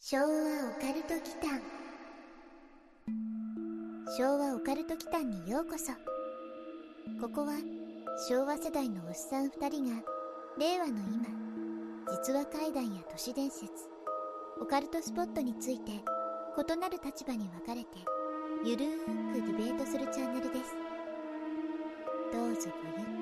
昭和オカルト祈間。昭和オカルト祈間にようこそ。ここは昭和世代のおっさん2人が令和の今、実話怪談や都市伝説、オカルトスポットについて異なる立場に分かれてゆるーくディベートするチャンネルです。どうぞごゆっくり。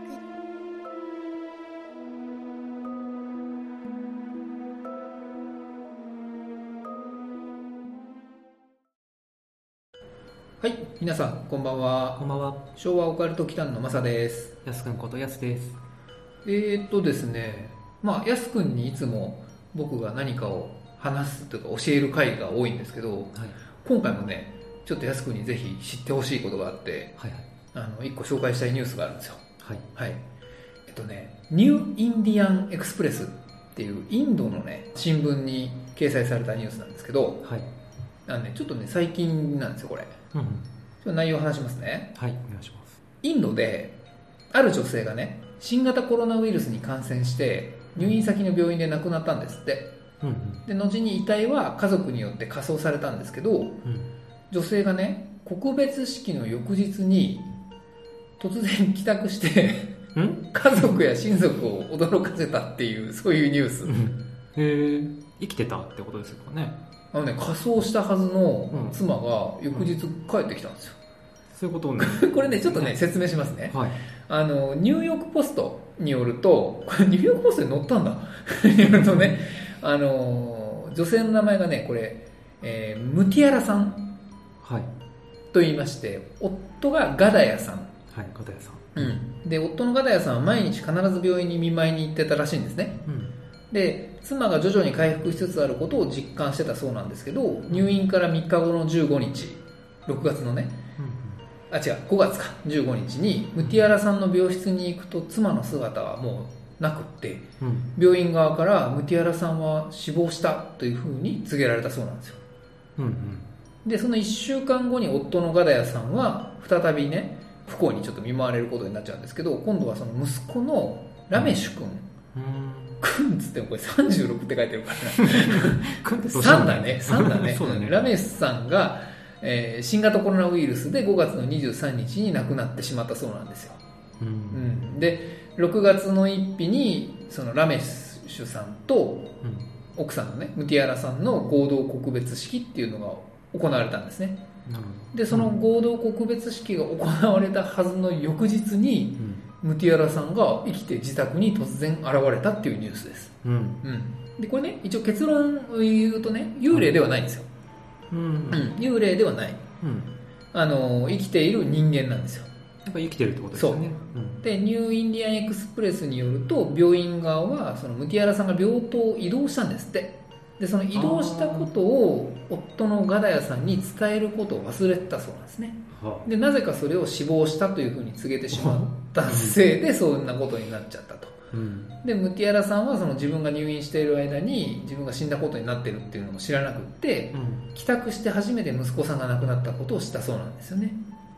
はい、皆さんこんばんは。 こんばんは。 昭和オカルト祈間のマサです。 やすくんことやすです。 ですね、やすくんにいつも僕が何かを話すというか教える回が多いんですけど、 はい、 今回もね、ちょっとやすくんにぜひ知ってほしいことがあって、 はいはい、 1個紹介したいニュースがあるんですよ。 はい。 はい。ニューインディアンエクスプレスっていうインドのね、新聞に掲載されたニュースなんですけど、 はい。 ちょっとね、最近なんですよ、これ。ちょっと内容を話しますね。 はい、お願いします。 インドである女性がね、新型コロナウイルスに感染して入院先の病院で亡くなったんですって。で後に遺体は家族によって火葬されたんですけど、女性がね、告別式の翌日に突然帰宅して家族や親族を驚かせたっていう、そういうニュース。 へえ、生きてたってことですかね。 火葬したはずの妻が翌日帰ってきたんですよ。 そういうことね。 これね、ちょっとね、説明しますね。 はい。 ニューヨークポストによると、これニューヨークポストに載ったんだ。によるとね、女性の名前がね、これ、ムティアラさんと言いまして、夫がガダヤさん。 はい、ガダヤさん。 で、夫のガダヤさんは毎日必ず病院に見舞いに行ってたらしいんですね。で、妻が徐々に回復しつつあることを実感してたそうなんですけど、入院から3日後の15日、6月のね、5月か、15日にムティアラさんの病室に行くと妻の姿はもうなくって、病院側からムティアラさんは死亡したというふうに告げられたそうなんですよ。で、その1週間後に夫のガダヤさんは再びね、不幸にちょっと見舞われることになっちゃうんですけど、今度はその息子のラメシュ君、くんつってもこれ36って書いてるからな3だね3だねそうだね。 ラメスさんが、新型コロナウイルスで5月の23日に亡くなってしまったそうなんですよ。で6月の1日にそのラメスシュさんと奥さんのね、ムティアラさんの合同告別式っていうのが行われたんですね。でその合同告別式が行われたはずの翌日に、ムティアラさんが生きて自宅に突然現れたっていうニュースです。でこれね、一応結論を言うとね、幽霊ではないんですよ。幽霊ではない、生きている人間なんですよ。 やっぱ生きてるってことですよね。 でニューインディアンエクスプレスによると、病院側はそのムティアラさんが病棟を移動したんですって。でその移動したことを夫のガダヤさんに伝えることを忘れてたそうなんですね。でなぜかそれを死亡したというふうに告げてしまったせいでそんなことになっちゃったと。でムティアラさんはその自分が入院している間に自分が死んだことになってるっていうのも知らなくって、帰宅して初めて息子さんが亡くなったことを知ったそうなんですよね。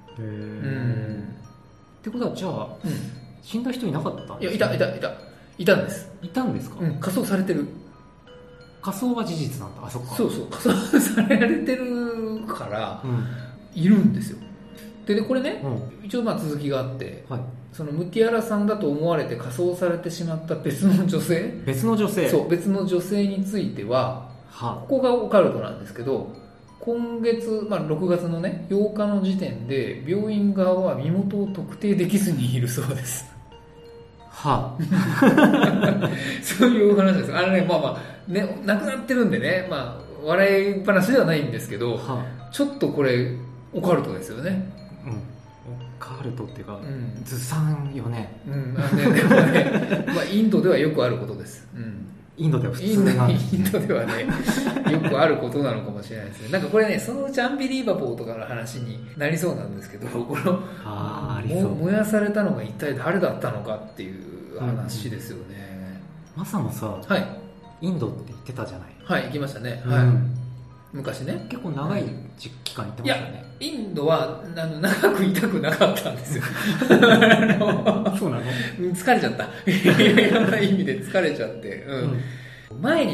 ってことはじゃあ、死んだ人いなかったんですか？ いたんです。 いたんですか？ 火葬されてる。 火葬は事実なんだ。あ、そっか。 そう火葬されられてるから、いるんですよ。でこれね、一応続きがあって、そのムティアラさんだと思われて火葬されてしまった別の女性別の女性については、ここがオカルトなんですけど、今月、6月のね8日の時点で病院側は身元を特定できずにいるそうです。そういう話です。ね、亡くなってるんでね、笑い話ではないんですけど、ちょっとこれオカルトですよね。 オカルトっていうか、ずさんよね。 でもね、インドではよくあることです。 インドでは普通なんですね。 インドではね、よくあることなのかもしれないですね。なんかこれね、そのうちアンビリーバボーとかの話になりそうなんですけど、この燃やされたのが一体誰だったのかっていう話ですよね。 マサもさ、インドって言ってたじゃない。 行きましたね。昔ね、 結構長い期間行ってましたよね。 インドは長くいたくなかったんですよ。 そうなの？ 疲れちゃった。いろんな意味で疲れちゃって、前にね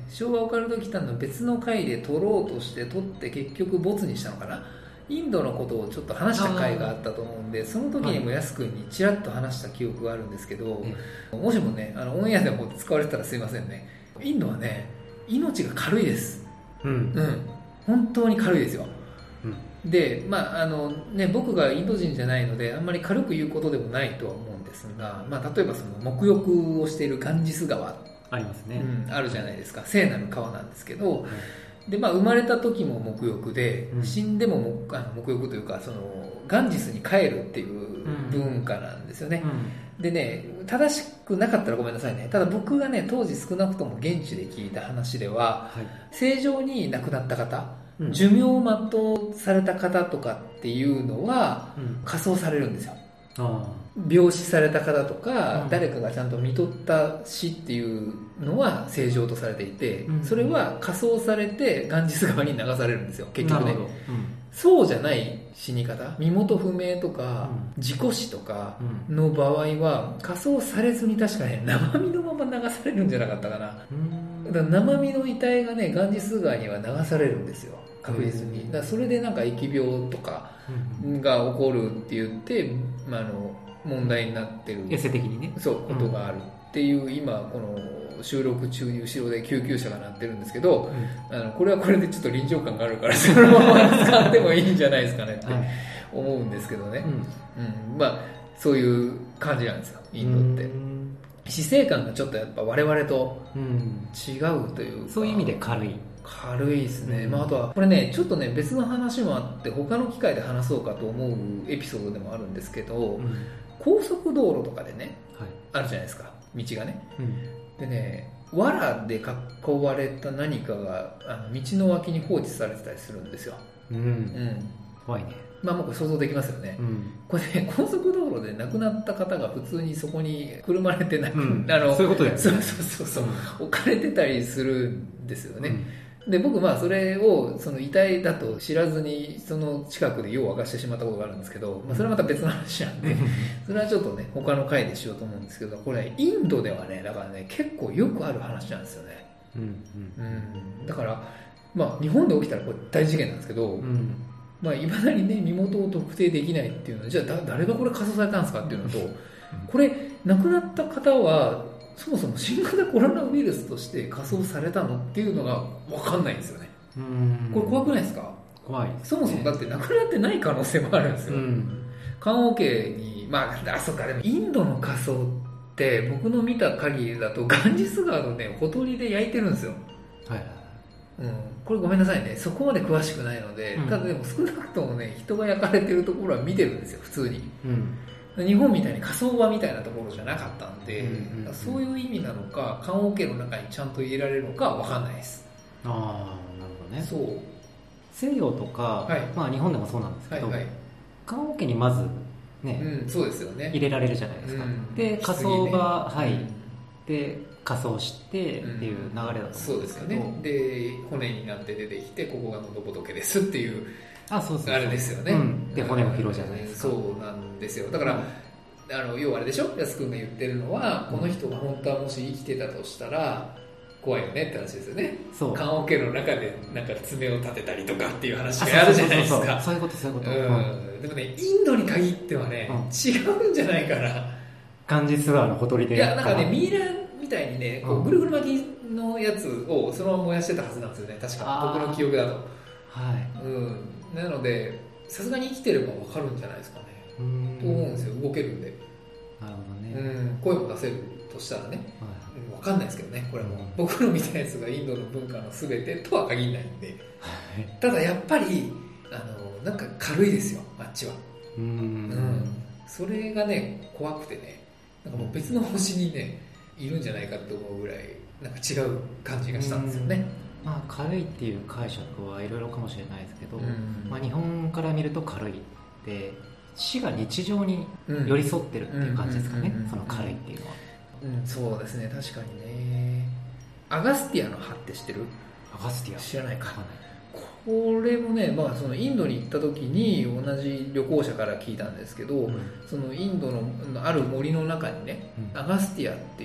昭和オカルト祈祷の別の回で撮ろうとして撮って結局ボツにしたのかな。インドのことをちょっと話した回があったと思うんで、その時にもやすくんにちらっと話した記憶があるんですけど、もしもねオンエアでも使われてたらすいませんね。インドはね命が軽いです。本当に軽いですよ。で僕がインド人じゃないのであんまり軽く言うことでもないとは思うんですが、例えばその沐浴をしているガンジス川ありますね、 あるじゃないですか。聖なる川なんですけど、で生まれた時も沐浴で、死んでも沐浴というかそのガンジスに帰るっていう文化なんですよね、でね正しくなかったらごめんなさいね。ただ僕がね当時少なくとも現地で聞いた話では、正常に亡くなった方、寿命を全うされた方とかっていうのは、火葬されるんですよ。病死された方とか、誰かがちゃんと見とった死っていうのは正常とされていて、それは火葬されてガンジス川に流されるんですよ結局ね。そうじゃない死に方、身元不明とか、事故死とかの場合は火葬されずに確かね生身のまま流されるんじゃなかったかな。だから生身の遺体がねガンジス川には流されるんですよ確実に。だからそれでなんか疫病とかが起こるって言って、問題になってる衛生的にねことがあるっていう、今この収録中に後ろで救急車が鳴ってるんですけど、これはこれでちょっと臨場感があるからそのまま使ってもいいんじゃないですかねって思うんですけどね、そういう感じなんですよインドって。死生観がちょっとやっぱ我々と違うというか、 そういう意味で軽いですね、あとはこれねちょっとね別の話もあって他の機会で話そうかと思うエピソードでもあるんですけど、高速道路とかでね、あるじゃないですか道がね、でね藁で囲われた何かが道の脇に放置されてたりするんですよ。 怖いね。 これ想像できますよね、これね高速道路で亡くなった方が普通にそこにくるまれてそういうことだよね。 そう置かれてたりするんですよね、で僕それをその遺体だと知らずにその近くで夜を明かしてしまったことがあるんですけど、それはまた別の話なんでそれはちょっとね他の回でしようと思うんですけど、これインドではねだからね結構よくある話なんですよね。だから日本で起きたらこれ大事件なんですけど、いまだにね身元を特定できないっていうのは、じゃあ誰がこれ火葬されたんですかっていうのと、これ亡くなった方はそもそも新型コロナウイルスとして火葬されたのっていうのが分かんないんですよね。これ怖くないですか？ 怖いですね。 そもそもだって亡くなってない可能性もあるんですよ。棺桶にそうか、でもインドの火葬って僕の見た限りだとガンジス川のねほとりで焼いてるんですよ。これごめんなさいねそこまで詳しくないので、ただでも少なくともね人が焼かれてるところは見てるんですよ普通に。日本みたいに火葬場みたいなところじゃなかったんで、そういう意味なのか棺桶の中にちゃんと入れられるのかは分かんないです。 なるほどね。 そう西洋とか、日本でもそうなんですけど、棺桶にまずね、 そうですよね、 入れられるじゃないですか、で火葬場、で火葬してっていう流れだと思うんですけど、 そうですよね。で骨になって出てきてここが喉仏ですっていうあれですよね、 で骨を拾うじゃないですか。 そうなんですよ。だから要はあれでしょ、安くんが言ってるのは、この人が本当はもし生きてたとしたら怖いよねって話ですよね。棺桶の中でなんか爪を立てたりとかっていう話があるじゃないですか。 そういうことそういうこと、 でもねインドに限ってはね、違うんじゃないかな。 ガンジス川のほとりで、 いやなんかねミイラみたいにねこうぐるぐる巻きのやつをそのまま燃やしてたはずなんですよね確か、僕の記憶だと。なのでさすがに生きてれば分かるんじゃないですかねと思うんですよ。動けるんで。 なるほどね。 声も出せるとしたらね、分かんないですけどねこれも、僕の見たやつがインドの文化の全てとは限らないんで、ただやっぱりなんか軽いですよあっちは。それがね怖くてね、なんかもう別の星にねいるんじゃないかって思うぐらいなんか違う感じがしたんですよね。 軽いっていう解釈はいろいろかもしれないですけど、日本から見ると軽いって死が日常に寄り添ってるっていう感じですかね、その軽いっていうのは。 そうですね確かにね。アガスティアの葉って知ってる？ アガスティア知らないか。これもね、そのインドに行った時に同じ旅行者から聞いたんですけど、そのインドのある森の中にね、アガスティアっていう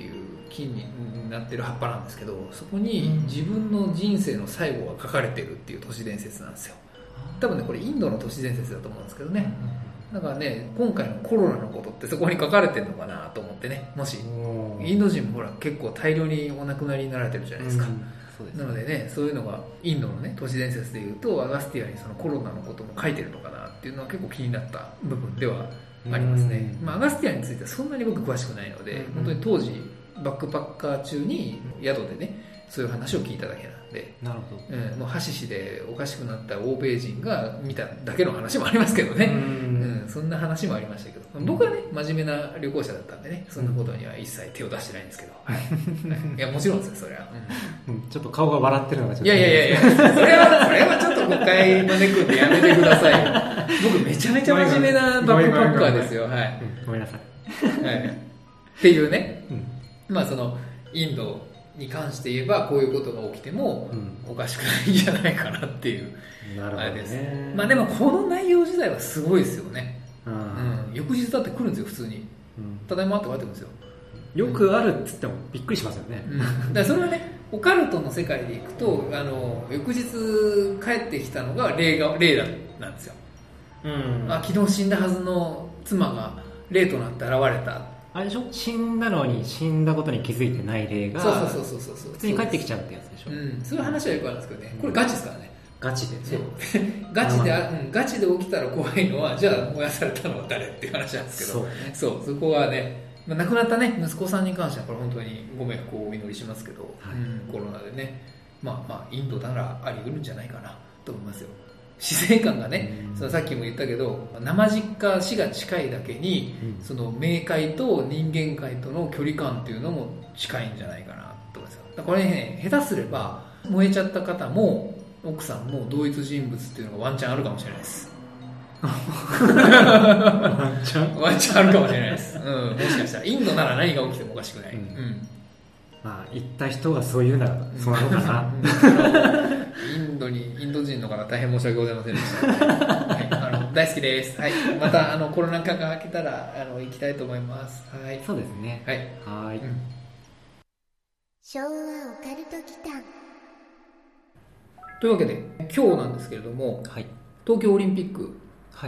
木になってる葉っぱなんですけど、そこに自分の人生の最後が書かれてるっていう都市伝説なんですよ。多分ねこれインドの都市伝説だと思うんですけどね。だからね今回のコロナのことってそこに書かれてるのかなと思ってね、もしインド人もほら結構大量にお亡くなりになられてるじゃないですか、そうですね、なのでねそういうのがインドのね都市伝説でいうとアガスティアにそのコロナのことも書いてるのかなっていうのは結構気になった部分ではありますね。アガスティアについてはそんなに僕詳しくないので、本当に当時バックパッカー中に宿でねそういう話を聞いただけなんで、 なるほど、 もうハシシでおかしくなった欧米人が見ただけの話もありますけどね、そんな話もありましたけど、僕はね真面目な旅行者だったんでねそんなことには一切手を出してないんですけど、いやもちろんですよそれは、 ちょっと顔が笑ってるのがちょっと、 いやそれはちょっと誤解招くんでやめてくださいよ僕めちゃめちゃ真面目なバックパッカーですよ、はい、 ごめんなさい、 はい、っていうね、まあそのインドに関して言えばこういうことが起きてもおかしくないんじゃないかなっていう、 なるほどね、あれです。 まあでもこの内容自体はすごいですよね、翌日だって来るんですよ普通に、ただいまって書いてるんですよ。 よくあるっつってもびっくりしますよね、 だからそれはねオカルトの世界でいくと翌日帰ってきたのが霊なんですよ、昨日死んだはずの妻が霊となって現れた、 あれでしょ、死んだのに死んだことに気づいてない霊がそう普通に帰ってきちゃうってやつでしょ、 そういう話はよくあるんですけどね、これガチですからね、 ガチでねガチで起きたら怖いのはじゃあ燃やされたのは誰っていう話なんですけど、そこはね、亡くなったね息子さんに関してはこれ本当にご冥福をお祈りしますけど、コロナでね、まあインドならあり得るんじゃないかなと思いますよ。死生観がね、そのさっきも言ったけど生実家死が近いだけに、その冥界と人間界との距離感っていうのも近いんじゃないかなと思いますよ。だからこれね下手すれば燃えちゃった方も奥さんも同一人物っていうのがワンチャンあるかもしれないですワンチャンあるかもしれないです、もしかしたらインドなら何が起きてもおかしくない、 まあ言った人がそう言うならそうなのかなインド人の方大変申し訳ございませんでした、はい、大好きです、はい、またコロナ禍が明けたら行きたいと思います、はい、 そうですね、 はい、 昭和オカルト祈間というわけで今日なんですけれども、東京オリンピック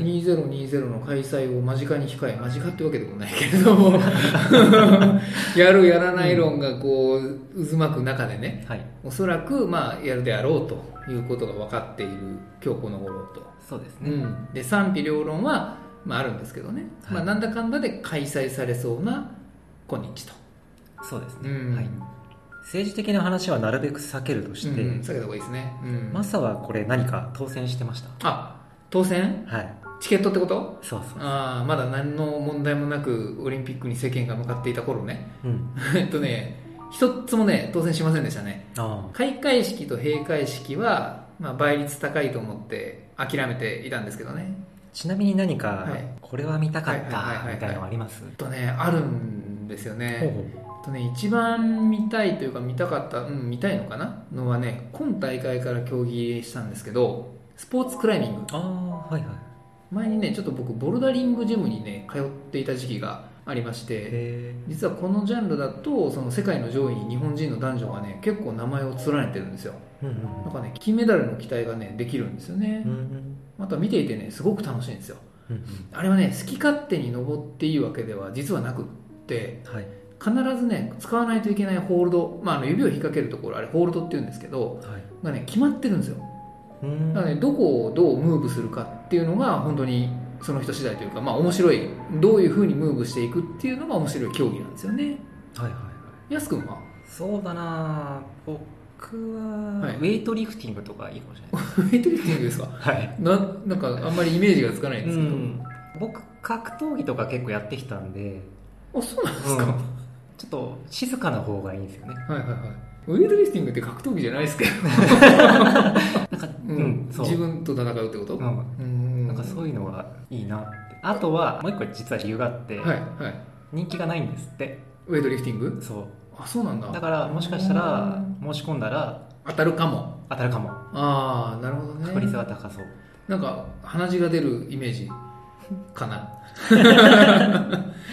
2020の開催を間近に控え、間近ってわけでもないけれどもやるやらない論がこう渦巻く中でね、おそらくまあやるであろうということが分かっている今日この頃と。 そうですね、 で賛否両論は、まあ、あるんですけどね、なんだかんだで開催されそうな今日と。 そうですね、政治的な話はなるべく避けるとして、 避けた方がいいですね、 マサはこれ何か当選してました？ 当選？チケットってこと？ そうまだ何の問題もなくオリンピックに世間が向かっていた頃ね、一つもね当選しませんでしたね。開会式と閉会式は、倍率高いと思って諦めていたんですけどね。 ちなみに何か、これは見たかったみたいなのあります？ あるんですよね。一番見たいというか見たかった、見たいのかなのはね、今大会から競技したんですけど、スポーツクライミング。前にねちょっと僕ボルダリングジムにね通っていた時期がありまして、実はこのジャンルだとその世界の上位に日本人の男女がね結構名前を連ねてるんですよ。なんかね金メダルの期待がねできるんですよね。また見ていてねすごく楽しいんですよ。あれはね好き勝手に登っていいわけでは実はなくって、必ずね使わないといけないホールド、指を引っ掛けるところあれホールドっていうんですけど、がね決まってるんですよ。だからね、どこをどうムーブするかっていうのが本当にその人次第というか、面白い、どういうふうにムーブしていくっていうのが面白い競技なんですよね。やすくんは？ そうだな、僕は、ウェイトリフティングとかいいかもしれないウェイトリフティングですか？なんかあんまりイメージがつかないんですけど、 僕格闘技とか結構やってきたんで。 そうなんですか？ ちょっと静かな方がいいんですよね。 ウェイトリフティングって格闘技じゃないですけど自分と戦うってこと？ なんかそういうのがいいなって。あとはもう一個実は理由があって、人気がないんですって。 ウェイトリフティング？そうなんだ。 だからもしかしたら申し込んだら当たるかも。 なるほどね。確率は高そう。 なんか鼻血が出るイメージかな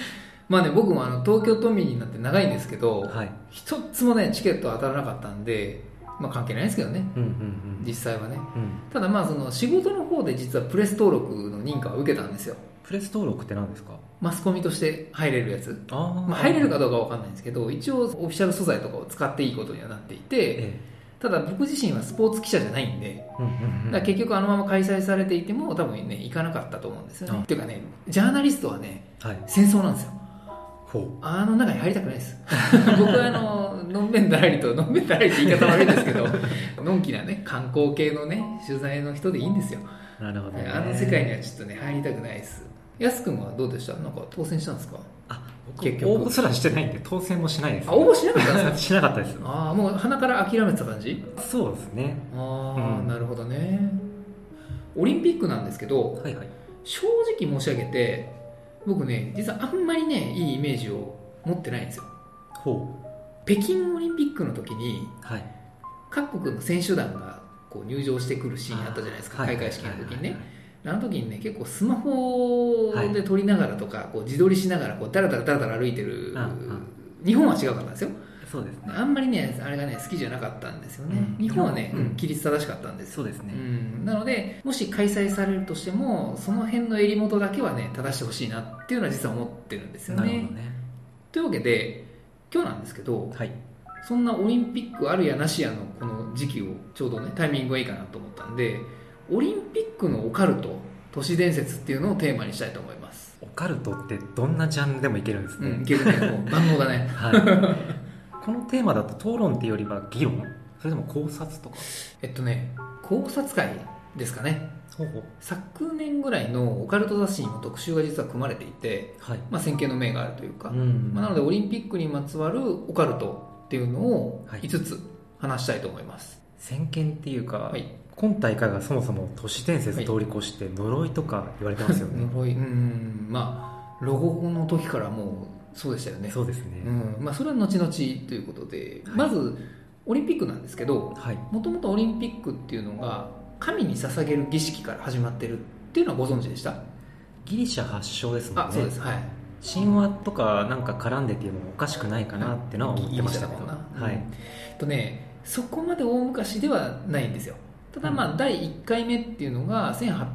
まあね、僕も東京都民になって長いんですけど、 はい、 一つもねチケット当たらなかったんで、まあ関係ないですけどね、実際はね、ただまあその仕事の方で実はプレス登録の認可を受けたんですよ。 プレス登録って何ですか？ マスコミとして入れるやつ。まあ、入れるかどうかは分かんないんですけど、一応オフィシャル素材とかを使っていいことにはなっていて、ただ僕自身はスポーツ記者じゃないんで、だから結局まま開催されていても多分ね行かなかったと思うんですよね。っていうかね、ジャーナリストはね、戦争なんですよ。中に入りたくないです僕はのんべんだらりと、のんべんだらりって言い方悪いですけどのんきなね観光系のね取材の人でいいんですよ。 なるほどね。 世界にはちょっとね入りたくないです。やすくんはどうでした？なんか当選したんですか？ 僕応募すらしてないんで当選もしないです、ね。 応募しなかったんですか？ しなかったです。 もう鼻から諦めてた感じ？ そうですね。 なるほどね。オリンピックなんですけど、正直申し上げて僕ね実はあんまりねいいイメージを持ってないんですよ。北京オリンピックの時に、各国の選手団がこう入場してくるシーンあったじゃないですか、開会式の時にね。あの時にね結構スマホで撮りながらとか、こう自撮りしながらこうダラダラ歩いてる、日本は違うかったんですよ。 そうですね。 あんまりねあれがね好きじゃなかったんですよね。日本はね規律正しかったんです。 そうですね。 なのでもし開催されるとしてもその辺の襟元だけはね正してほしいなっていうのは実は思ってるんですよね。 なるほどね。 というわけで今日なんですけど、そんなオリンピックあるやなしやのこの時期をちょうどねタイミングがいいかなと思ったんで、オリンピックのオカルト都市伝説っていうのをテーマにしたいと思います。 オカルトってどんなジャンルでもいけるんですね。 いけるね。もう万能だね。 このテーマだと討論っていうよりは議論、それとも考察とか？ 考察会ですかね。昨年ぐらいのオカルト雑誌にも特集が実は組まれていて、先見の明があるというか、なのでオリンピックにまつわるオカルトっていうのを5つ話したいと思います。 先見っていうか、今大会がそもそも都市伝説通り越して呪いとか言われてますよね。 呪い、ロゴの時からもうそうでしたよね。 そうですね。 それは後々ということで、まずオリンピックなんですけど、もともとオリンピックっていうのが神に捧げる儀式から始まってるっていうのはご存知でした？ ギリシャ発祥ですもんね。 そうです。 神話とかなんか絡んでてもおかしくないかなってのは思ってましたけど、 そこまで大昔ではないんですよ。ただ第1回目っていうのが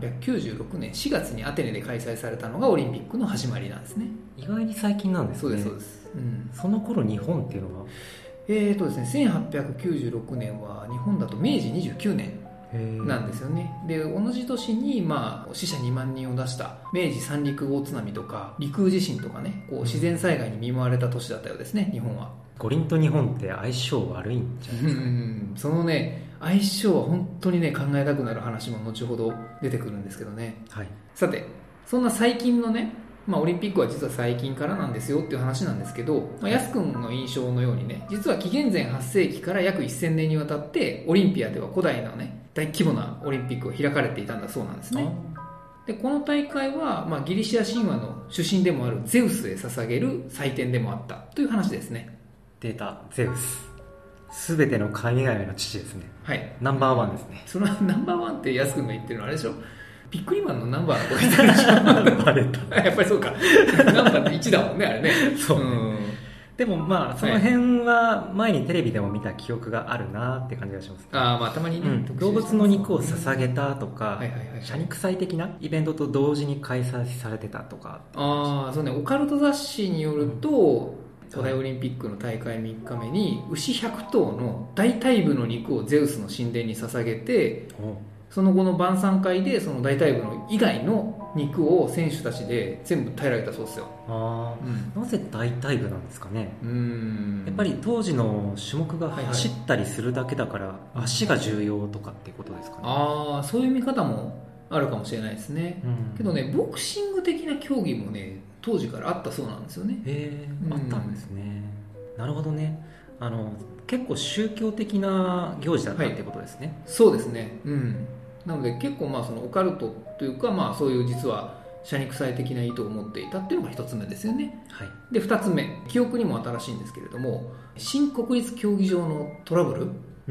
1896年4月にアテネで開催されたのがオリンピックの始まりなんですね。 意外に最近なんですね。 そうです、 その頃日本っていうのはですね、1896年は日本だと明治29年なんですよね。で同じ年に死者2万人を出した明治三陸大津波とか陸空地震とかね、こう自然災害に見舞われた年だったようですね、日本は。 五輪と日本って相性悪いんじゃないですか？ そのね相性は本当にね考えたくなる話も後ほど出てくるんですけどね。さてそんな最近のね、オリンピックは実は最近からなんですよっていう話なんですけど、安くんの印象のようにね、実は紀元前8世紀から約1000年にわたってオリンピアでは古代のね大規模なオリンピックが開かれていたんだそうなんですね。でこの大会は、ギリシア神話の主神でもあるゼウスへ捧げる祭典でもあったという話ですね。 データゼウス、全ての神々の父ですね。ナンバーワンですね。 そのナンバーワンって安くんが言ってるのあれでしょ、ビックリマンのナンバーとか言ってるでしょバレたやっぱりそうかナンバーって1だもんねあれね。 そうね、でもその辺は前にテレビでも見た記憶があるなって感じがします、ね。 たまにね、 動物の肉を捧げたとか、謝肉祭的なイベントと同時に開催されてたとか。 そうね、オカルト雑誌によると、古代オリンピックの大会3日目に牛100頭の大腿部の肉をゼウスの神殿に捧げて、その後の晩餐会でその大腿部の以外の肉を選手たちで全部平らげたそうですよ。 なぜ大腿部なんですかね。やっぱり当時の種目が走ったりするだけだから、足が重要とかっていうことですかね。 そういう見方もあるかもしれないですね。けどね、ボクシング的な競技もね当時からあったそうなんですよね。 あったんですね。なるほどね。結構宗教的な行事だったってことですね。 そうですね。なので結構そのオカルトというか、そういう実は謝肉祭的な意図を持っていたっていうのが一つ目ですよね。で2つ目、記憶にも新しいんですけれども、新国立競技場のトラブル、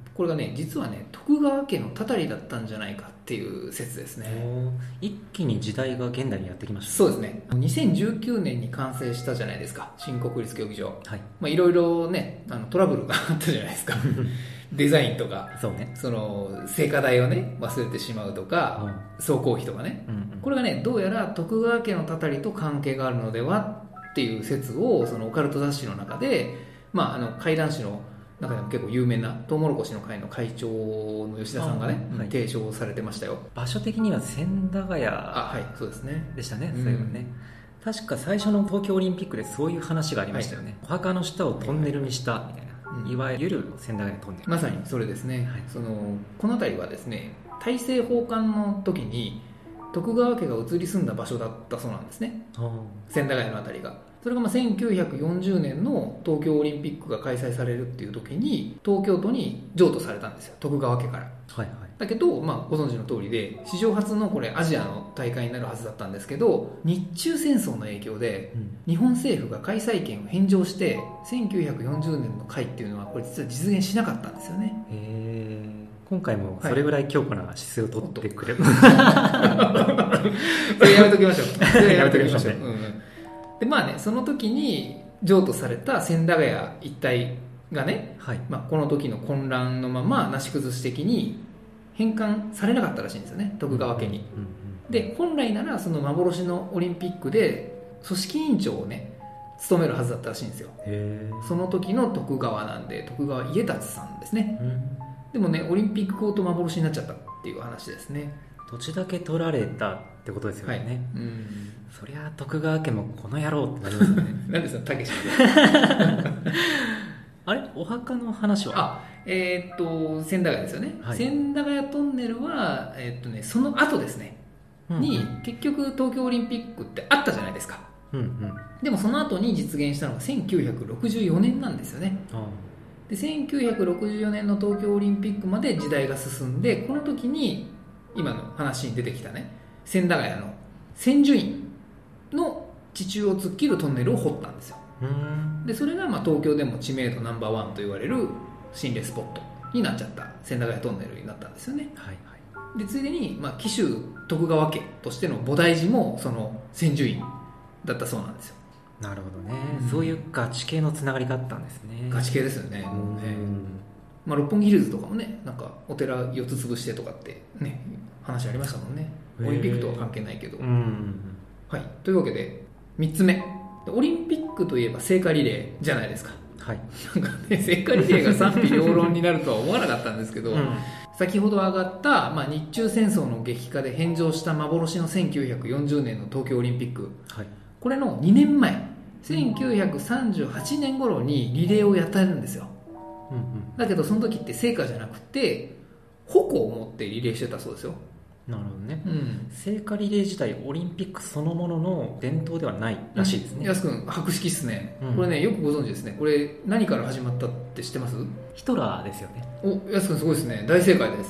これがね実はね徳川家のたたりだったんじゃないかっていう説ですね。 一気に時代が現代にやってきました、ね、 そうですね。2019年に完成したじゃないですか、新国立競技場。 はい。 まあいろいろねトラブルがあったじゃないですかデザインとか、 そうね、 その聖火台をね忘れてしまうとか、総工費とかね、これがねどうやら徳川家のたたりと関係があるのではっていう説をそのオカルト雑誌の中で、怪談師の中でも結構有名なトウモロコシの会の会長の吉田さんがね、はい、提唱されてましたよ。 場所的には千駄ヶ谷そうですねでしたね、そういえばね。確か最初の東京オリンピックでそういう話がありましたよね、お墓の下をトンネルにしたみたいな、いわゆる千駄ヶ谷トンネル、 まさにそれですね、この辺りはですね大政奉還の時に徳川家が移り住んだ場所だったそうなんですね、千駄ヶ谷の辺りが。それが1940年の東京オリンピックが開催されるっていう時に東京都に譲渡されたんですよ、徳川家から。 はいはい、 だけど、ご存知の通りで史上初のこれアジアの大会になるはずだったんですけど、日中戦争の影響で日本政府が開催権を返上して1940年の会っていうのはこれ実は実現しなかったんですよね。 へー、今回もそれぐらい強固な姿勢を取ってくれる、それやめときましょうそれやめときましょう、でその時に譲渡された千駄ヶ谷一帯がね、この時の混乱のままなし崩し的に返還されなかったらしいんですよね、徳川家に。で本来ならその幻のオリンピックで組織委員長をね務めるはずだったらしいんですよ。その時の徳川なんで徳川家達さんですね。でもねオリンピックごと幻になっちゃったっていう話ですね。 土地だけ取られたってことですよね、そりゃ徳川家もこの野郎ってなりますよねなんでそのたけしあれお墓の話は千駄ヶ谷ですよね、千駄ヶ谷トンネルは、その後ですね、に結局東京オリンピックってあったじゃないですか、でもその後に実現したのが1964年なんですよね。で1964年の東京オリンピックまで時代が進んで、この時に今の話に出てきたね千駄ヶ谷の千住院の地中を突っ切るトンネルを掘ったんですよ。でそれが東京でも知名度ナンバーワンと言われる心霊スポットになっちゃった千駄ヶ谷トンネルになったんですよね。でついでに、紀州徳川家としての菩提寺もその千住院だったそうなんですよ。 なるほどね、そういうガチ系のつながりがあったんですね。 ガチ系ですよね。六本木ヒルズとかもね、なんかお寺4つ潰してとかってね話ありましたもんね。オリンピックとは関係ないけど、というわけで3つ目、オリンピックといえば聖火リレーじゃないですか。なんかね聖火リレーが賛否両論になるとは思わなかったんですけど、先ほど上がった、日中戦争の激化で返上した幻の1940年の東京オリンピック、これの2年前1938年頃にリレーをやってるんですよ。だけどその時って聖火じゃなくて矛を持ってリレーしてたそうですよ。 なるほどね、聖火リレー自体オリンピックそのものの伝統ではないらしいですね。 安くん博識っすね、これねよくご存知ですね。これ何から始まったって知ってます？ ヒトラーですよね。 安くんすごいですね。大正解です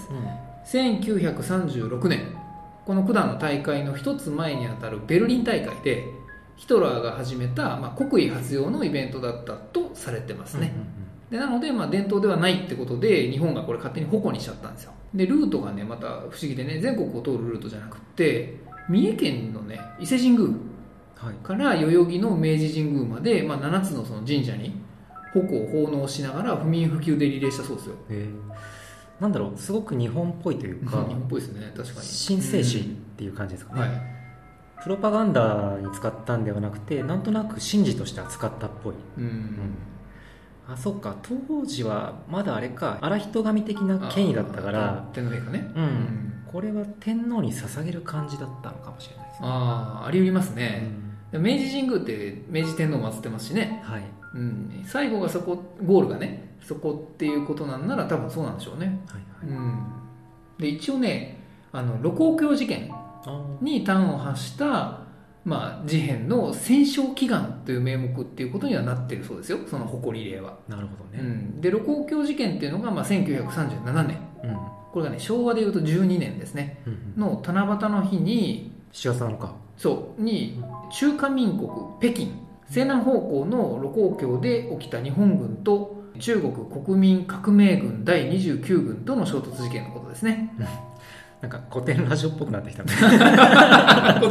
、1936年この九段の大会の一つ前にあたるベルリン大会でヒトラーが始めた、国威発揚のイベントだったとされてますね。でなので、伝統ではないってことで日本がこれ勝手に矛にしちゃったんですよ。でルートがねまた不思議でね、全国を通るルートじゃなくて三重県のね伊勢神宮から代々木の明治神宮まで、7つのその神社に矛を奉納しながら不眠不休でリレーしたそうですよ。 なんだろう、すごく日本っぽいというか日本っぽいですね。確かに神聖史っていう感じですかね、プロパガンダに使ったんではなくてなんとなく神事として扱ったっぽい。あ、そうか、当時はまだあれか荒人神的な権威だったから天皇陛下ね、 これは天皇に捧げる感じだったのかもしれないですね。 あり得りますね、明治神宮って明治天皇を祀ってますしね、最後がそこ、ゴールがねそこっていうことなんなら多分そうなんでしょうね。で一応ね盧溝橋事件に端を発した事変の戦勝祈願という名目っていうことにはなっているそうですよ、その矛リレーは。 なるほどね、 で盧溝橋事件っていうのが1937年、これがね昭和でいうと12年ですね、の七夕の日に 7月7日そうに中華民国北京西南方向の盧溝橋で起きた日本軍と中国国民革命軍第29軍との衝突事件のことですね。 なんか古典ラジオっぽくなってきたね。 古典さん、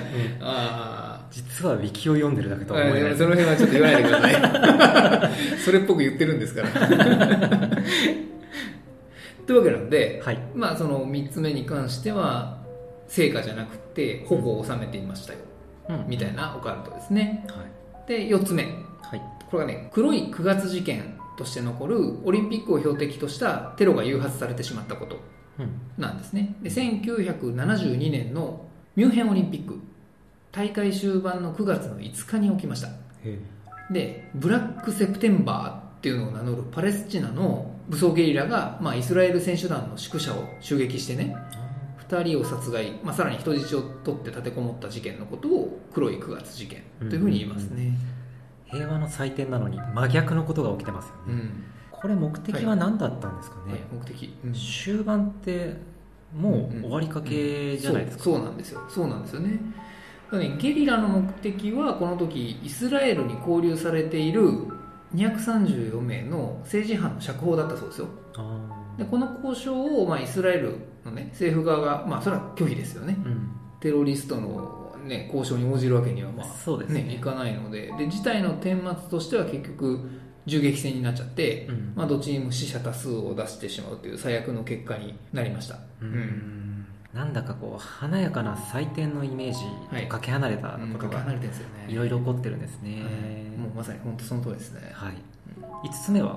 実はウィキを読んでるだけとは思えない。 その辺はちょっと言わないでください。それっぽく言ってるんですから。というわけなんで、 はい、 まあその3つ目に関しては成果じゃなくて矛を収めていましたよ、みたいなオカルトですね。はい、で4つ目、はい、これがね、黒い9月事件として残るオリンピックを標的としたテロが誘発されてしまったことなんですね。で1972年のミュンヘンオリンピック大会終盤の9月の5日に起きました。でブラックセプテンバーっていうのを名乗るパレスチナの武装ゲリラが、イスラエル選手団の宿舎を襲撃してね、2人を殺害、さらに人質を取って立てこもった事件のことを黒い9月事件というふうに言いますね。 平和の祭典なのに真逆のことが起きてますよね。これ目的は何だったんですかね。 目的、 終盤ってもう終わりかけじゃないですか。 そうなんですよね。ゲリラの目的はこの時イスラエルに勾留されている234名の政治犯の釈放だったそうですよ。でこの交渉を、イスラエルの、政府側が、それは拒否ですよね。テロリストの、交渉に応じるわけには、 そうですね、 いかないので、事態の顛末としては結局銃撃戦になっちゃって、どっちにも死者多数を出してしまうという最悪の結果になりました。 なんだかこう華やかな祭典のイメージとかけ離れたことがいろいろ起こってるんですね。 もうまさに本当その通りですね。 はい、5つ目は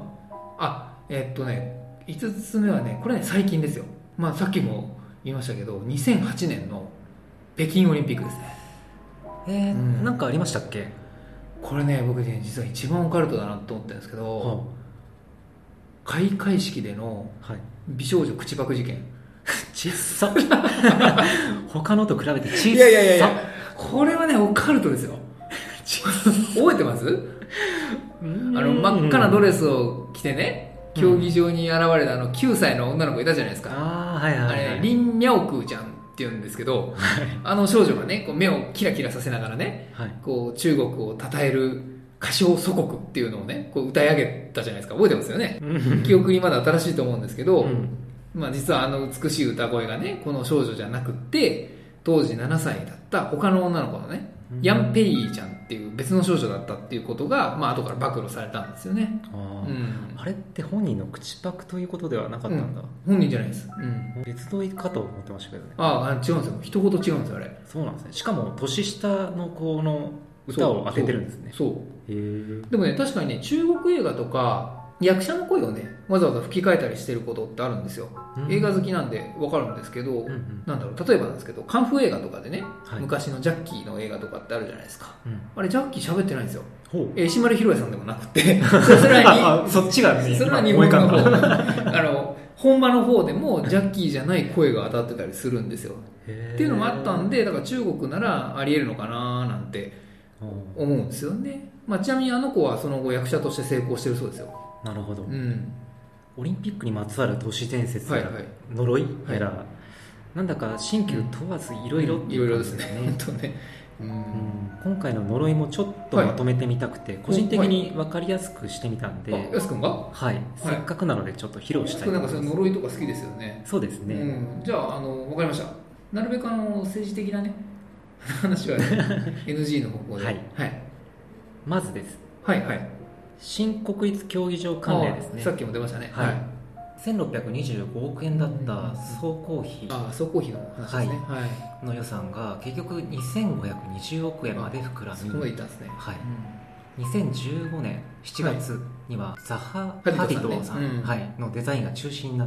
5つ目はね、これね最近ですよ。さっきも言いましたけど2008年の北京オリンピックですね。 なんかありましたっけ。 これね、僕ね実は一番オカルトだなと思ってるんですけど、開会式での美少女口パク事件。 小さ他のと比べて小さ。 いやこれはねオカルトですよ。覚えてます？真っ赤なドレスを着てね、競技場に現れた9歳の女の子いたじゃないですか。あれリン・ミャオクーちゃんって言うんですけど、少女がねこう目をキラキラさせながらね、こう中国を称える歌唱祖国っていうのをねこう歌い上げたじゃないですか。覚えてますよね。記憶にまだ新しいと思うんですけど、実は美しい歌声がねこの少女じゃなくって当時7歳だった他の女の子のね、ヤン・ペイちゃんっていう別の少女だったっていうことが、後から暴露されたんですよね。 あれって本人の口パクということではなかったんだ。 本人じゃないです。 別撮りかと思ってましたけどね。 違うんですよ。一言違うんですよあれ。 そうなんですね。しかも年下の子の歌を当ててるんですね。 そうでもね、確かにね中国映画とか役者の声をねわざわざ吹き替えたりしてることってあるんですよ。映画好きなんで分かるんですけど、例えばなんですけどカンフー映画とかでね、昔のジャッキーの映画とかってあるじゃないですか。あれジャッキー喋ってないんですよ。石丸ひろやさんでもなくてそれはそっちがそれは日本の方本場の方でもジャッキーじゃない声が当たってたりするんですよ。っていうのもあったんで、だから中国ならありえるのかななんて思うんですよね。ちなみにあの子はその後役者として成功してるそうですよ。 なるほど。オリンピックにまつわる都市伝説や呪いやら、なんだか新旧問わずいろいろっていう感じですね。 本当ね。 今回の呪いもちょっとまとめてみたくて、個人的に分かりやすくしてみたんで、 やすくんがせっかくなのでちょっと披露したいと思います。 なんか呪いとか好きですよね。 そうですね。 じゃあ分かりました。なるべく政治的なね話はNG の方向で。 まずです。新国立競技場関連ですね。 さっきも出ましたね。 1625億円だった総工費、 総工費の話ですね。 の予算が結局2520億円まで膨らみ、 そこまでいったんですね。 2015年7月にはザハ・ハディドさんのデザインが中心になって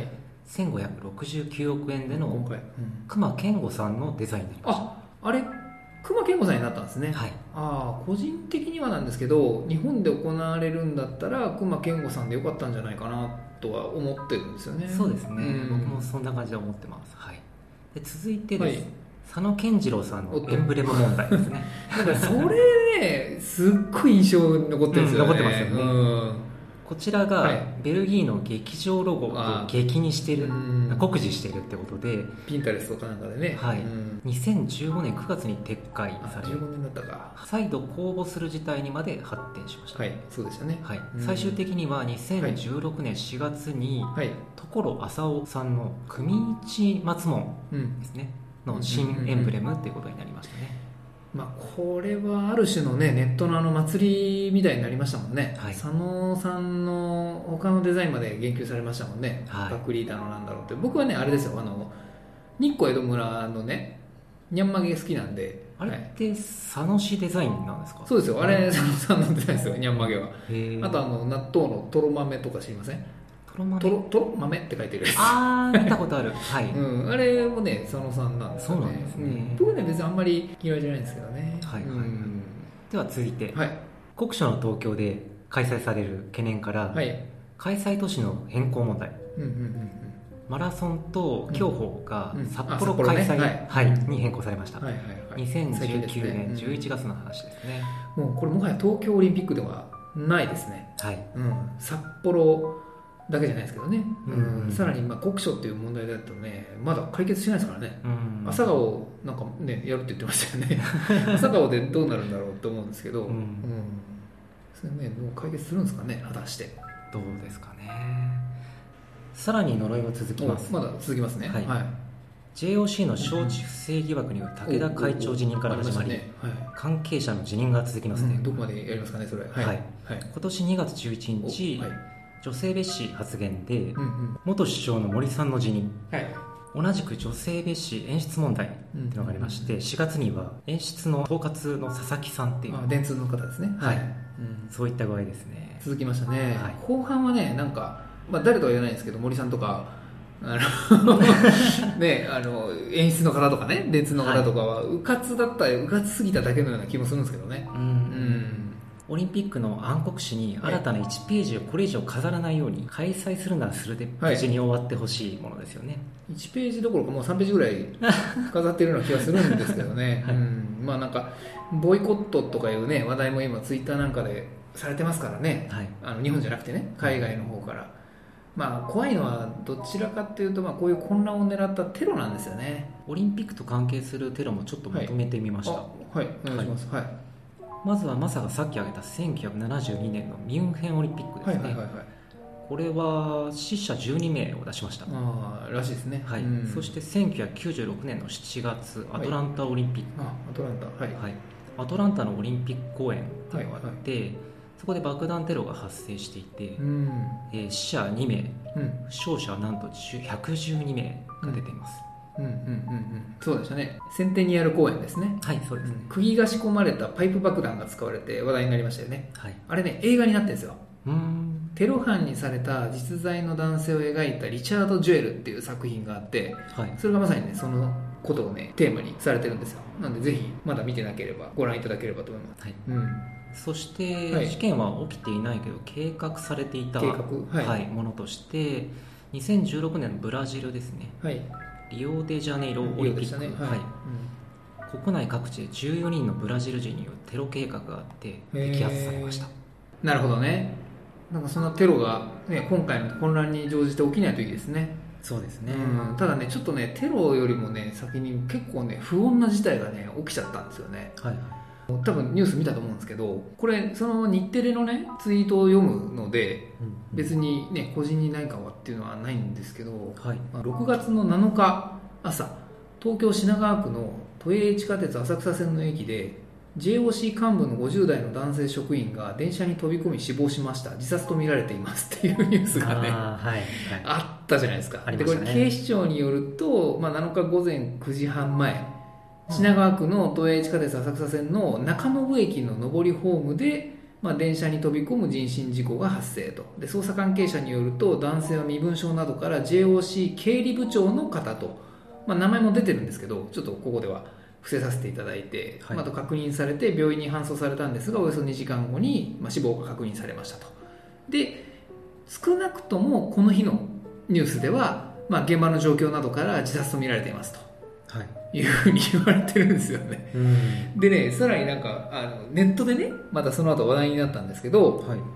、1569億円での隈研吾さんのデザインになりました。 あれ隈研吾さんになったんですね。個人的にはなんですけど、日本で行われるんだったら隈研吾さんでよかったんじゃないかなとは思ってるんですよね。 そうですね、僕もそんな感じで思ってます。で続いてです、佐野健次郎さんのエンブレム問題ですね。 だからそれねすっごい印象に残ってるんですよね。 残ってますよね。 こちらがベルギーの劇場ロゴを劇にしてる、酷似してるってことで、 ピンタレストかなんかでね、 はい、2015年9月に撤回され、 15年だったか、 再度公募する事態にまで発展しました。 はい、そうでしたね。 はい、最終的には2016年4月に、所浅尾さんの組市松門ですね、の新エンブレムっていうことになりましたね。 これはある種のね、ネットの祭りみたいになりましたもんね、佐野さんの他のデザインまで言及されましたもんね、バックリーダーのなんだろうって。僕はね、あれですよ、日光江戸村のね、にゃんまげ好きなんで。 あれって佐野市デザインなんですか？ そうですよ、あれ佐野さんのデザインですよ、にゃんまげは。あと納豆のとろ豆とか知りません？とろ豆って書いてるやつ。 見たことある。はい、 あれもね、佐野さんなんですよね。 そうなんですね。 僕ね、別にあんまり嫌いじゃないんですけどね。 では続いて、国書の東京で開催される懸念から、開催都市の変更問題、マラソンと競歩が札幌開催に変更されました。2019年11月の話ですね。 もうこれもはや東京オリンピックではないですね。札幌だけじゃないですけどね、さらに国書っていう問題だとね、まだ解決しないですからね、朝顔なんかね、やるって言ってましたよね朝顔でどうなるんだろうと思うんですけど、それね、もう解決するんですかね、果たして。 どうですかね。さらに呪いは続きます。 まだ続きますね。 JOC の招致不正疑惑による武田会長辞任から始まり、関係者の辞任が続きますね。 どこまでやりますかね、それ。 今年2月11日、女性蔑視発言で、元首相の森さんの辞任、同じく女性蔑視演出問題っていうのがありまして、4月には演出の統括の佐々木さんっていう電通の方ですね。 そういった具合ですね。 続きましたね。後半はね、なんか、誰とは言わないんですけど、森さんとかね、演出の方とかね、電通の方とかはうかつすぎただけのような気もするんですけどね。 オリンピックの暗黒紙に新たな1ページをこれ以上飾らないように、開催するならするで無事に終わってほしいものですよね。 1ページどころかもう3ページぐらい飾ってるような気がするんですけどね、なんかボイコットとかいうね、話題も今ツイッターなんかでされてますからね、日本じゃなくてね、海外の方から。怖いのはどちらかというと、こういう混乱を狙ったテロなんですよね。 オリンピックと関係するテロもちょっとまとめてみました。 お願いします。 まずはマサがさっき挙げた1972年のミュンヘンオリンピックですね。これは死者12名を出しました。 らしいですね。 そして1996年の7月、アトランタオリンピック。アトランタのオリンピック公演っていうのがあって、そこで爆弾テロが発生していて、死者2名、負傷者はなんと112名が出ています。 そうでしたね。センテニアル公演ですね。 そうですね。 釘が仕込まれたパイプ爆弾が使われて話題になりましたよね。あれね、映画になってるんですよ。テロ犯にされた実在の男性を描いたリチャード・ジュエルっていう作品があって、それがまさにね、そのことをね、テーマにされてるんですよ。なのでぜひまだ見てなければご覧いただければと思います。 そして、事件は起きていないけど計画されていたものとして、2016年のブラジルですね、リオデジャネイロオリンピック、国内各地で14人のブラジル人によるテロ計画があって摘発されました。 なるほどね。なんかそんなテロが、今回の混乱に乗じて起きないといいですね。 そうですね。 ただね、ちょっとね、テロよりもね、先に結構ね、不穏な事態がね、起きちゃったんですよね。多分ニュース見たと思うんですけど、これその日テレのねツイートを読むので、別にね個人に何かはっていうのはないんですけど、6月の7日朝、東京品川区の都営地下鉄浅草線の駅で JOC 幹部の50代の男性職員が電車に飛び込み死亡しました、自殺とみられていますっていうニュースがね あったじゃないですか。でこれ警視庁によると、7日午前9時半前、品川区の都営地下鉄浅草線の中延駅の上りホームで、電車に飛び込む人身事故が発生と。で捜査関係者によると、男性は身分証などから JOC 経理部長の方と、名前も出てるんですけど、ちょっとここでは伏せさせていただいて、あと確認されて病院に搬送されたんですが、およそ2時間後に、死亡が確認されましたと。で少なくともこの日のニュースでは、現場の状況などから自殺と見られていますと、いうふうに言われてるんですよね。でね、さらになんかネットでね、またその後話題になったんですけど、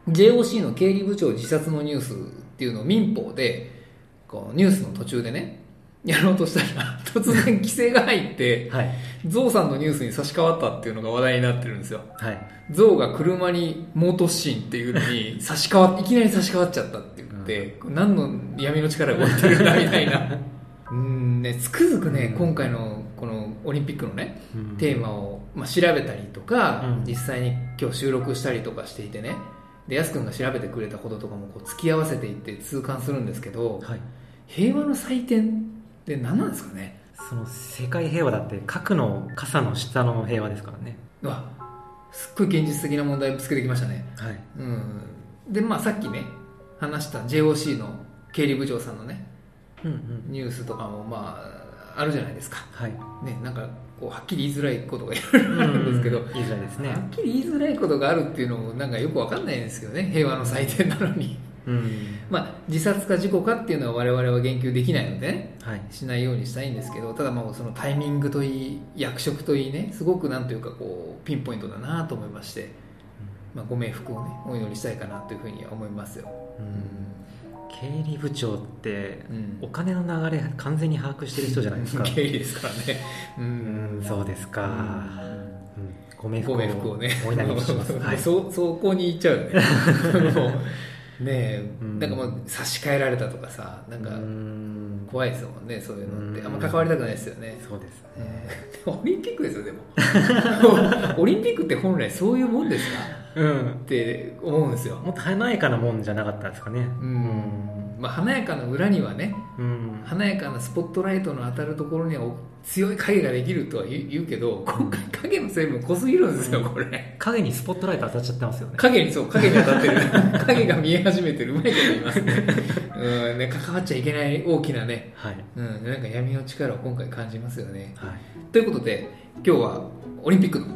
JOC の経理部長自殺のニュースっていうのを民放でこうニュースの途中でねやろうとしたら突然規制が入って、はい、ゾウさんのニュースに差し替わったっていうのが話題になってるんですよ、はい、ゾウが車に猛突進っていうのに差し替わいきなり差し替わっちゃったって言って、うん、何の闇の力が動いてるんだみたいなね、つくづくね、今回のこのオリンピックのね、テーマを、調べたりとか、実際に今日収録したりとかしていてね、でやすくんが調べてくれたこととかもこう付き合わせていって痛感するんですけど、はい、平和の祭典って何なんですかね。 その世界平和だって核の傘の下の平和ですからね。 すっごい現実的な問題ぶつけてきましたね、はい、でさっきね話した JOC の経理部長さんのねニュースとかもあるじゃないですか、はいね、なんかこうはっきり言いづらいことがいろいろあるんですけど、 言いづらいですね。 はっきり言いづらいことがあるっていうのもなんかよくわかんないんですけどね、平和の祭典なのに自殺か事故かっていうのは我々は言及できないので、ねはい、しないようにしたいんですけど、ただそのタイミングといい役職といいね、すごくなんというかこうピンポイントだなと思いまして、ご冥福をねお祈りしたいかなというふうには思いますよ。 経理部長ってお金の流れ完全に把握してる人じゃないですか。 経理ですからね。そうですか。ご冥福をねお祈りします。はい、そこに行っちゃうよね。ねえ、なんか差し替えられたとかさ、なんか怖いですもんね、そういうのってあんま関わりたくないですよね。 そうですね。 オリンピックですよ。でもオリンピックって本来そういうもんですか、って思うんですよ。 もっと華やかなもんじゃなかったですかね。 華やかな裏にはね、華やかなスポットライトの当たるところには強い影ができるとは言うけど、今回影の成分濃すぎるんですよ、これ。 影にスポットライト当たっちゃってますよね。 影に当たってる影が見え始めてる、うまいこと言いますね。関わっちゃいけない大きなね、はい、なんか闇の力を今回感じますよね、はい、ということで今日はオリンピックの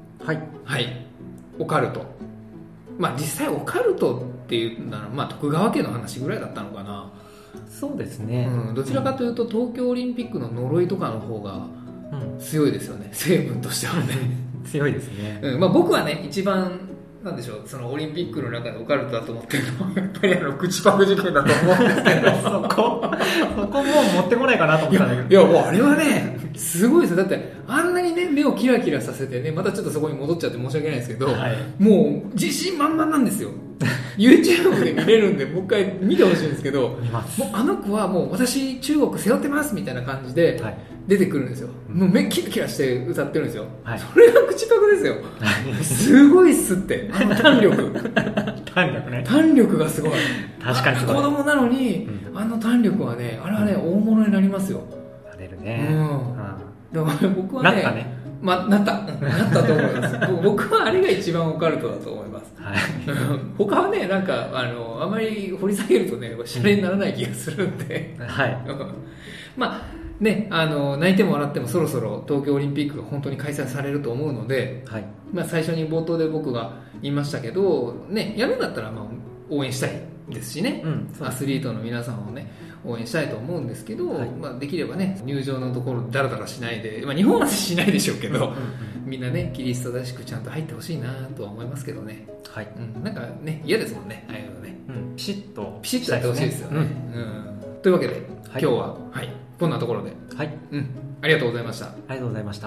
オカルト、実際オカルトっていうなら徳川家の話ぐらいだったのかな。 そうですね、 どちらかというと東京オリンピックの呪いとかの方が強いですよね、成分としてはね強いですね、 僕はね一番なんでしょう、そのオリンピックの中でオカルトだと思ってるのはやっぱり口パク事件だと思うんですけどそこもう持ってこないかなと思ったんだけど、いやもうあれはねすごいですよ。だってあんなにね目をキラキラさせてね、またちょっとそこに戻っちゃって申し訳ないですけど、はい、もう自信満々なんですよYouTube で見れるんでもう一回見てほしいんですけど、もうあの子はもう私中国背負ってますみたいな感じで出てくるんですよ、もう目キラキラして歌ってるんですよ、はい、それが口パクですよすごいっすって、あの弾力弾力がすごい。 確かにすごい。 子供なのに、あの弾力はね、あれはね、大物になりますよ。 なれるね。 だから僕はね、なったと思います僕はあれが一番オカルトだと思います、はい、他はねなんかあまり掘り下げるとねシャレにならない気がするんで、はいね、泣いても笑ってもそろそろ東京オリンピックが本当に開催されると思うので、はい、最初に冒頭で僕が言いましたけど、ね、やるんだったら応援したいですしね、アスリートの皆さんをね応援したいと思うんですけど、はい、できればね入場のところダラダラしないで、日本はしないでしょうけど、みんなねキリストらしくちゃんと入ってほしいなとは思いますけどね、はい、なんかね嫌ですもんね、ああいうのね、ピシッとやってほしいですよね、というわけで、はい、今日は、はい、こんなところで、はい、ありがとうございました。ありがとうございました。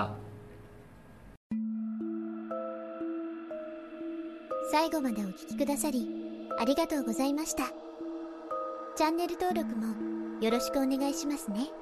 最後までお聞きくださりありがとうございました。チャンネル登録もよろしくお願いしますね。